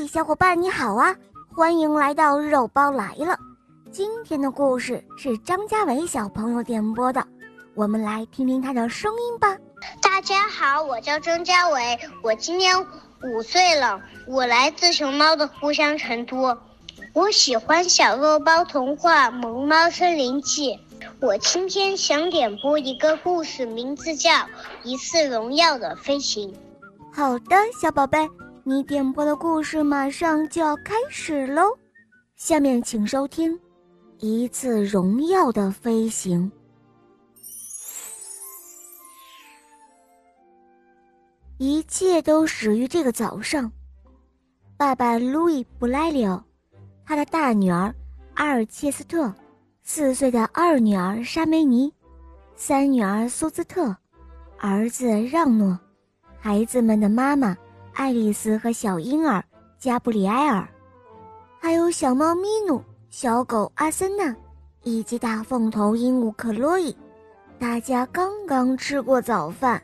小伙伴你好啊，欢迎来到肉包来了。今天的故事是张家伟小朋友点播的，我们来听听他的声音吧。 大家好，我叫张家伟，我今年5岁了，我来自熊猫的故乡成都。我喜欢小肉包童话《萌猫森林记》。我今天想点播一个故事，名字叫《一次荣耀的飞行》。 好的，小宝贝，你点播的故事马上就要开始喽。下面请收听《一次荣耀的飞行》。一切都始于这个早上，爸爸路易·布莱里奥，他的大女儿阿尔切斯特，4岁的二女儿莎梅尼，3女儿苏兹特，儿子让诺，孩子们的妈妈爱丽丝和小婴儿加布里埃尔，还有小猫咪努、小狗阿森娜以及大凤头鹦鹉克洛伊，大家刚刚吃过早饭。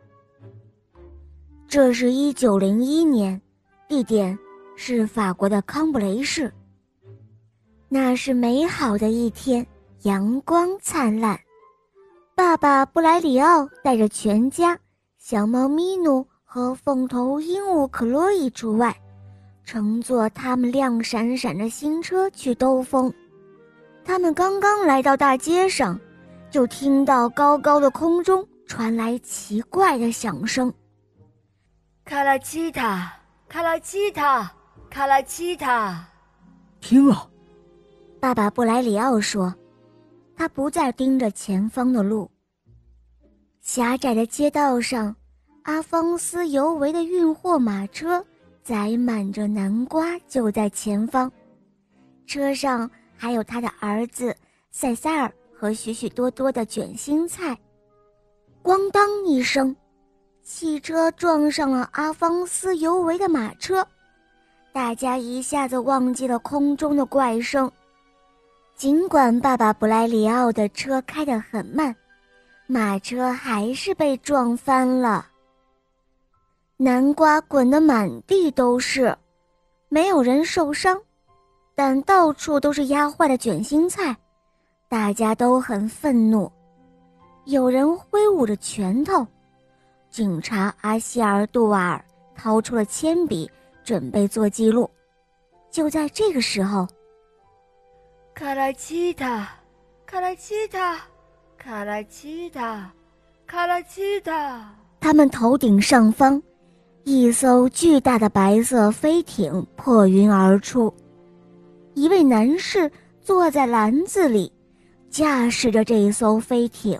这是1901年，地点是法国的康布雷市。那是美好的一天，阳光灿烂。爸爸布莱里奥带着全家，小猫咪努和凤头鹦鹉克洛伊除外，乘坐他们亮闪闪的新车去兜风。他们刚刚来到大街上，就听到高高的空中传来奇怪的响声。 卡拉奇塔，卡拉奇塔，卡拉奇塔。 听啊！ 爸爸布莱里奥说，他不再盯着前方的路。狭窄的街道上，阿方斯尤维的运货马车载满着南瓜就在前方，车上还有他的儿子塞塞尔和许许多多的卷心菜。咣当一声，汽车撞上了阿方斯尤维的马车，大家一下子忘记了空中的怪声。尽管爸爸布莱里奥的车开得很慢，马车还是被撞翻了。南瓜滚得满地都是，没有人受伤，但到处都是压坏的卷心菜，大家都很愤怒。有人挥舞着拳头，警察阿希尔杜瓦尔掏出了铅笔，准备做记录。就在这个时候， 卡拉奇塔，卡拉奇塔，卡拉奇塔，卡拉奇塔。 他们头顶上方，一艘巨大的白色飞艇破云而出，一位男士坐在篮子里，驾驶着这一艘飞艇。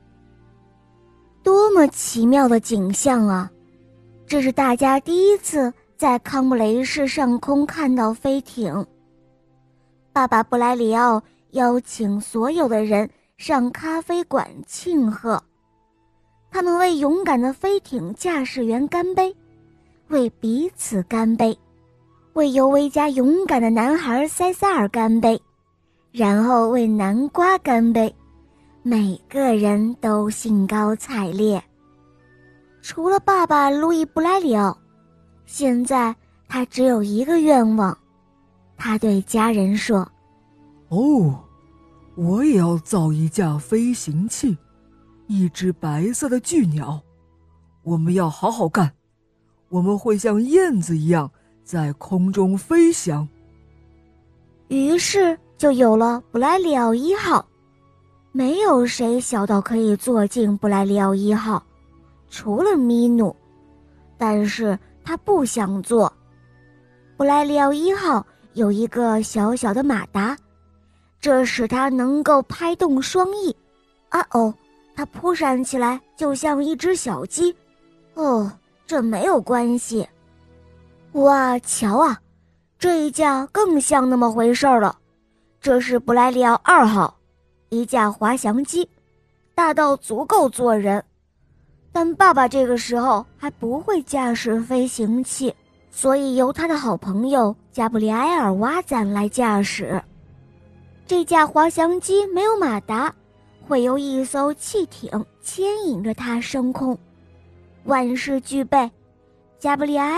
多么奇妙的景象啊！这是大家第一次在康布雷市上空看到飞艇。爸爸布莱里奥邀请所有的人上咖啡馆庆贺，他们为勇敢的飞艇驾驶员干杯，为彼此干杯，为尤维家勇敢的男孩塞塞尔干杯，然后为南瓜干杯。每个人都兴高采烈，除了爸爸路易布莱里奥。现在他只有一个愿望，他对家人说： 哦，我也要造一架飞行器，一只白色的巨鸟。我们要好好干，我们会像燕子一样在空中飞翔。 于是就有了布莱里奥1号。没有谁小到可以坐进布莱里奥1号，除了咪努，但是他不想坐。布莱里奥1号有一个小小的马达，这使他能够拍动双翼。他扑闪起来就像一只小鸡。这没有关系。哇，瞧啊，这一架更像那么回事了。这是布莱里奥2号，一架滑翔机，大到足够坐人。但爸爸这个时候还不会驾驶飞行器，所以由他的好朋友加布里埃尔·瓦赞来驾驶。这架滑翔机没有马达，会由一艘汽艇牵引着它升空。万事俱备，加布里埃尔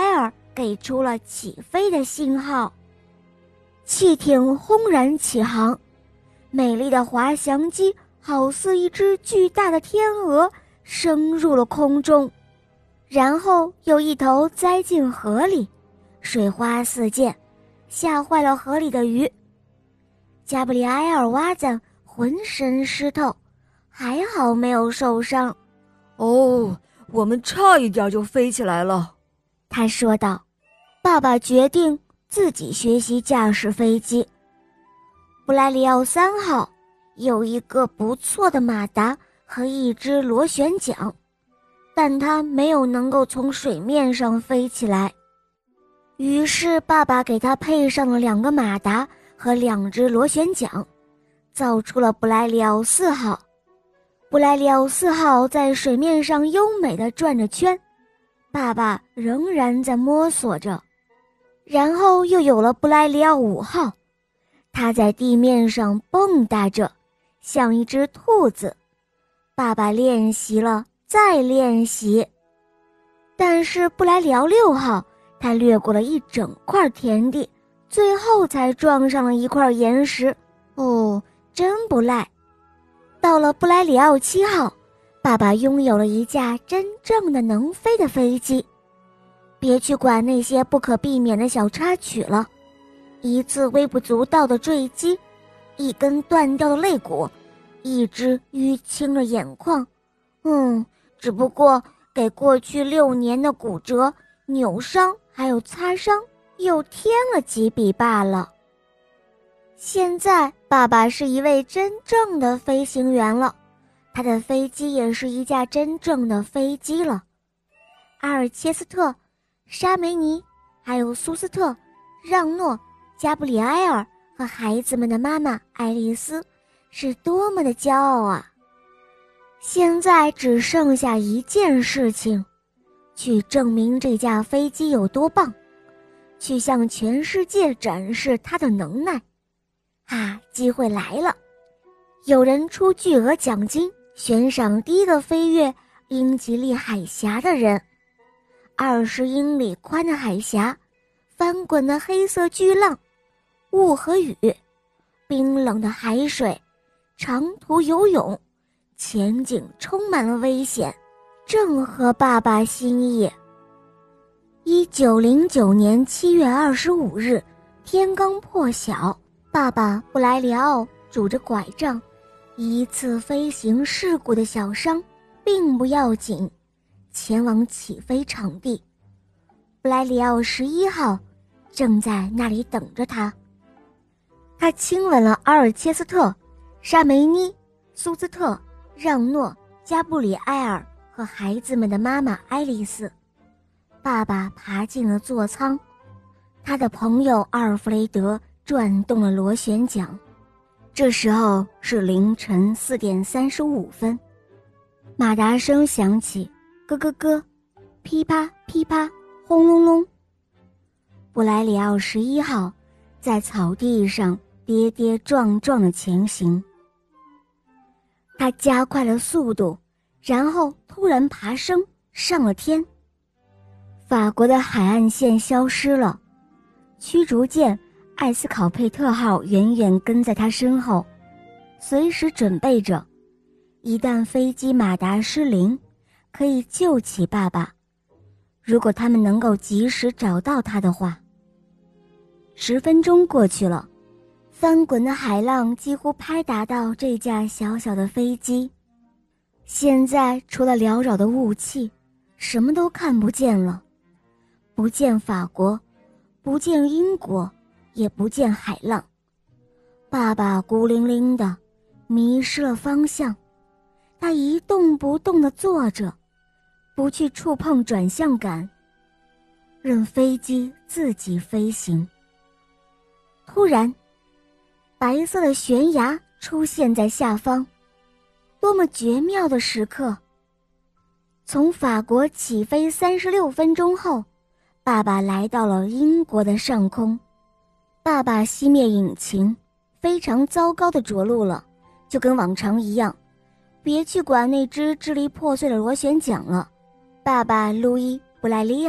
给出了起飞的信号。汽艇轰然起航，美丽的滑翔机好似一只巨大的天鹅升入了空中，然后又一头栽进河里，水花四溅，吓坏了河里的鱼。加布里埃尔蛙子浑身湿透，还好没有受伤。 哦，我们差一点就飞起来了， 他说道。爸爸决定自己学习驾驶飞机。布莱里奥3号有一个不错的马达和一只螺旋桨，但他没有能够从水面上飞起来。于是爸爸给他配上了2个马达和2只螺旋桨，造出了布莱里奥4号。布莱里奥4号在水面上优美地转着圈，爸爸仍然在摸索着。然后又有了布莱里奥5号，它在地面上蹦跶着，像一只兔子。爸爸练习了，再练习。但是布莱里奥6号，他掠过了一整块田地，最后才撞上了一块岩石。哦，真不赖。到了布莱里奥7号，爸爸拥有了一架真正的能飞的飞机。别去管那些不可避免的小插曲了，一次微不足道的坠机，一根断掉的肋骨，一只淤青的眼眶，只不过给过去6年的骨折、扭伤还有擦伤又添了几笔罢了。现在爸爸是一位真正的飞行员了，他的飞机也是一架真正的飞机了。阿尔切斯特、沙梅尼还有苏斯特、让诺、加布里埃尔和孩子们的妈妈爱丽丝是多么的骄傲啊！现在只剩下一件事情，去证明这架飞机有多棒，去向全世界展示它的能耐。机会来了，有人出巨额奖金悬赏第一个飞越英吉利海峡的人。20英里宽的海峡，翻滚的黑色巨浪，雾和雨，冰冷的海水，长途游泳，前景充满了危险，正合爸爸心意。1909年7月25日，天刚破晓，爸爸布莱里奥拄着拐杖，一次飞行事故的小伤并不要紧，前往起飞场地。布莱里奥11号正在那里等着他。他亲吻了阿尔切斯特、沙梅尼、苏斯特、让诺、加布里埃尔和孩子们的妈妈爱丽丝。爸爸爬进了座舱，他的朋友阿尔弗雷德转动了螺旋桨。这时候是凌晨4点35分，马达声响起，咯咯咯，噼啪噼啪，轰隆隆。布莱里奥11号在草地上跌跌撞撞地前行，他加快了速度，然后突然爬升上了天。法国的海岸线消失了，驱逐舰艾斯考佩特号远远跟在他身后，随时准备着，一旦飞机马达失灵，可以救起爸爸，如果他们能够及时找到他的话。10分钟过去了，翻滚的海浪几乎拍打到这架小小的飞机，现在除了缭绕的雾气，什么都看不见了，不见法国，不见英国，也不见海浪。爸爸孤零零的迷失了方向，他一动不动地坐着，不去触碰转向杆，任飞机自己飞行。突然，白色的悬崖出现在下方，多么绝妙的时刻！从法国起飞36分钟后，爸爸来到了英国的上空。爸爸熄灭引擎，非常糟糕的着陆了，就跟往常一样。别去管那只支离破碎的螺旋桨了。爸爸路易·布莱利奥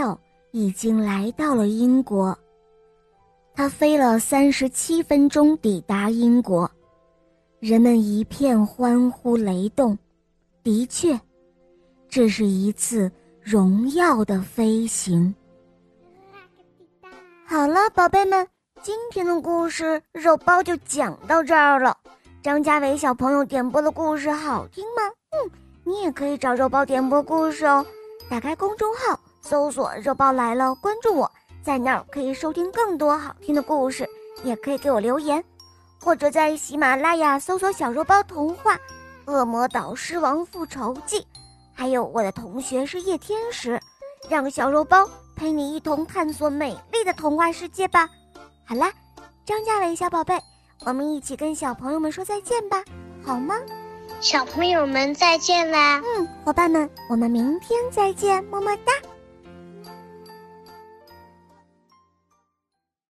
已经来到了英国。他飞了37分钟抵达英国，人们一片欢呼雷动。的确，这是一次荣耀的飞行。好了，宝贝们，今天的故事肉包就讲到这儿了。张家伟小朋友点播的故事好听吗？你也可以找肉包点播故事哦。打开公众号搜索肉包来了，关注我，在那儿可以收听更多好听的故事，也可以给我留言，或者在喜马拉雅搜索小肉包童话恶魔岛狮王复仇记，还有我的同学是夜天使，让小肉包陪你一同探索美丽的童话世界吧。好啦，张家伟小宝贝，我们一起跟小朋友们说再见吧，好吗？ 小朋友们再见啦！ 伙伴们，我们明天再见，么么哒。